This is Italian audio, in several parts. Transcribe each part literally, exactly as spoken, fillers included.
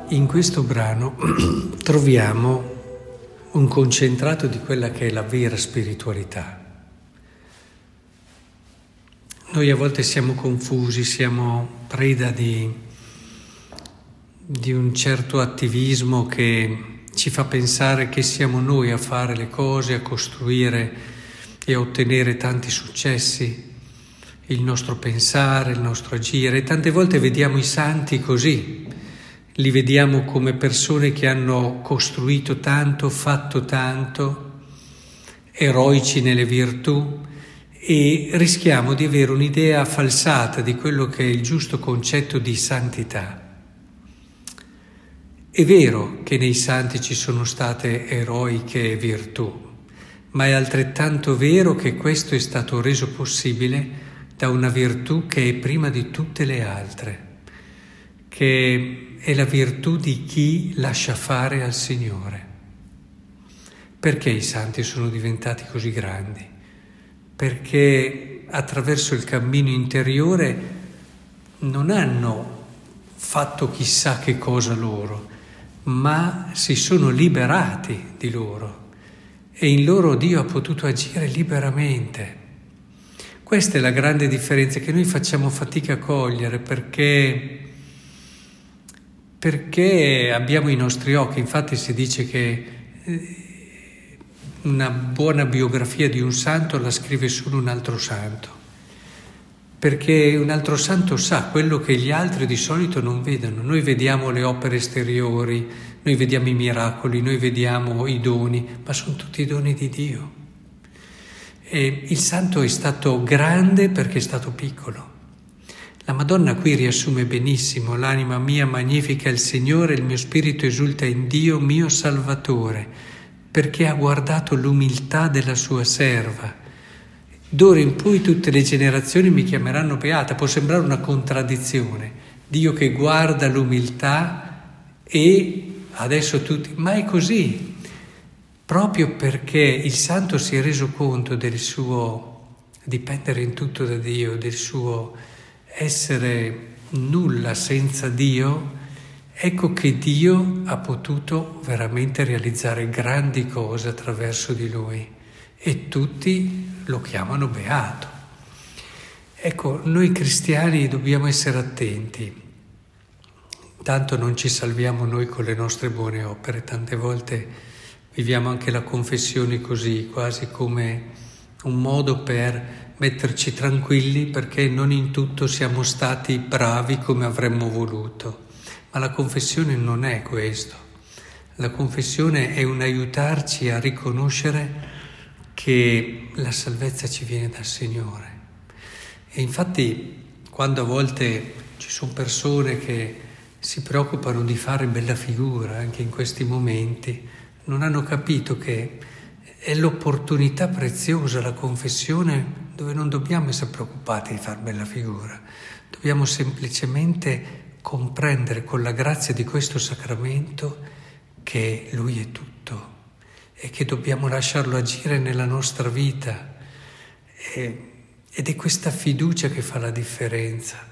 In questo brano troviamo un concentrato di quella che è la vera spiritualità. Noi a volte siamo confusi, siamo preda di, di un certo attivismo che ci fa pensare che siamo noi a fare le cose, a costruire e a ottenere tanti successi, il nostro pensare, il nostro agire. E tante volte vediamo i santi così. Li vediamo come persone che hanno costruito tanto, fatto tanto, eroici nelle virtù, e rischiamo di avere un'idea falsata di quello che è il giusto concetto di santità. È vero che nei santi ci sono state eroiche virtù, ma è altrettanto vero che questo è stato reso possibile da una virtù che è prima di tutte le altre, che è la virtù di chi lascia fare al Signore. Perché i santi sono diventati così grandi? Perché attraverso il cammino interiore non hanno fatto chissà che cosa loro, ma si sono liberati di loro e in loro Dio ha potuto agire liberamente. Questa è la grande differenza che noi facciamo fatica a cogliere, perché perché abbiamo i nostri occhi. Infatti si dice che una buona biografia di un santo la scrive solo un altro santo, perché un altro santo sa quello che gli altri di solito non vedono. Noi vediamo le opere esteriori, noi vediamo i miracoli, noi vediamo i doni, ma sono tutti i doni di Dio. E il santo è stato grande perché è stato piccolo. La Madonna qui riassume benissimo: l'anima mia magnifica il Signore, il mio spirito esulta in Dio mio Salvatore, perché ha guardato l'umiltà della sua serva. D'ora in poi tutte le generazioni mi chiameranno beata. Può sembrare una contraddizione, Dio che guarda l'umiltà e adesso tutti, ma è così, proprio perché il santo si è reso conto del suo dipendere in tutto da Dio, del suo essere nulla senza Dio. Ecco che Dio ha potuto veramente realizzare grandi cose attraverso di lui e tutti lo chiamano beato. Ecco, noi cristiani dobbiamo essere attenti. Tanto non ci salviamo noi con le nostre buone opere, tante volte viviamo anche la confessione così, quasi come un modo per metterci tranquilli perché non in tutto siamo stati bravi come avremmo voluto. Ma la confessione non è questo. La confessione è un aiutarci a riconoscere che la salvezza ci viene dal Signore. E infatti quando a volte ci sono persone che si preoccupano di fare bella figura anche in questi momenti, non hanno capito che è l'opportunità preziosa, la confessione, dove non dobbiamo essere preoccupati di far bella figura. Dobbiamo semplicemente comprendere con la grazia di questo sacramento che Lui è tutto e che dobbiamo lasciarlo agire nella nostra vita. E, ed è questa fiducia che fa la differenza.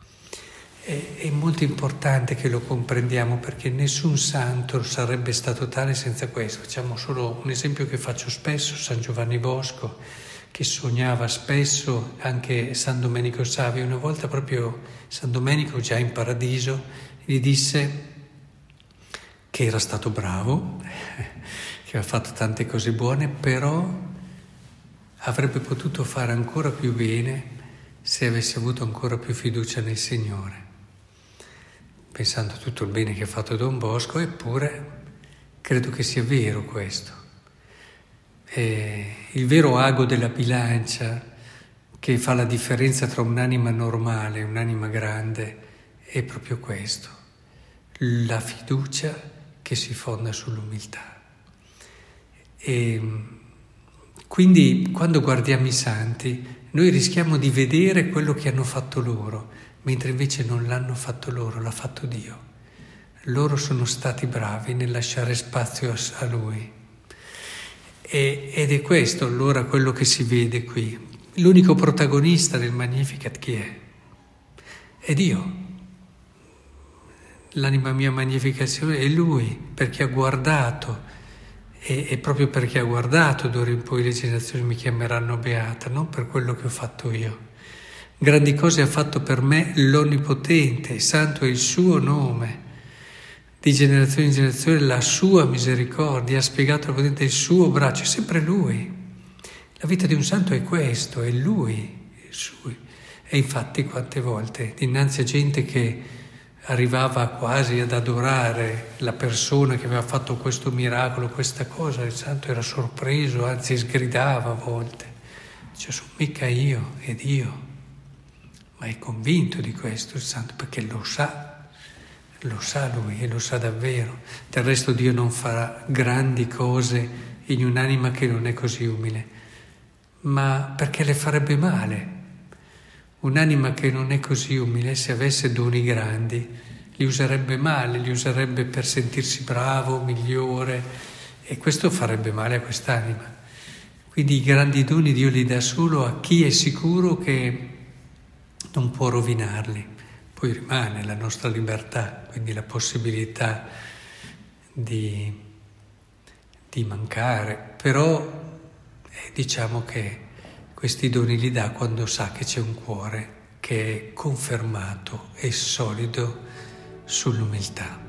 È, è molto importante che lo comprendiamo, perché nessun santo sarebbe stato tale senza questo. Facciamo solo un esempio che faccio spesso: San Giovanni Bosco, che sognava spesso, anche San Domenico Savio. Una volta proprio San Domenico, già in paradiso, gli disse che era stato bravo, che aveva fatto tante cose buone, però avrebbe potuto fare ancora più bene se avesse avuto ancora più fiducia nel Signore. Pensando a tutto il bene che ha fatto Don Bosco, eppure credo che sia vero questo. E il vero ago della bilancia che fa la differenza tra un'anima normale e un'anima grande è proprio questo: la fiducia che si fonda sull'umiltà. E quindi quando guardiamo i santi noi rischiamo di vedere quello che hanno fatto loro, mentre invece non l'hanno fatto loro, l'ha fatto Dio. Loro sono stati bravi nel lasciare spazio a, a Lui. E, ed è questo allora quello che si vede qui. L'unico protagonista del Magnificat chi è? È Dio. l'anima mia magnificazione è Lui, perché ha guardato, e, e proprio perché ha guardato d'ora in poi le generazioni mi chiameranno beata, non per quello che ho fatto io. Grandi cose ha fatto per me l'Onnipotente, santo è il suo nome. Di generazione in generazione la sua misericordia, ha spiegato al potente il suo braccio, è sempre Lui. La vita di un santo è questo, è Lui, è suo. E infatti quante volte dinanzi a gente che arrivava quasi ad adorare la persona che aveva fatto questo miracolo, questa cosa, il santo era sorpreso, anzi sgridava a volte. Dice, sono mica io, è Dio. Ma è convinto di questo il santo perché lo sa, lo sa lui e lo sa davvero. Del resto Dio non farà grandi cose in un'anima che non è così umile, ma perché le farebbe male. Un'anima che non è così umile, se avesse doni grandi, li userebbe male, li userebbe per sentirsi bravo, migliore, e questo farebbe male a quest'anima. Quindi i grandi doni Dio li dà solo a chi è sicuro che non può rovinarli. Poi rimane la nostra libertà, quindi la possibilità di, di mancare, però eh, diciamo che questi doni li dà quando sa che c'è un cuore che è confermato e solido sull'umiltà.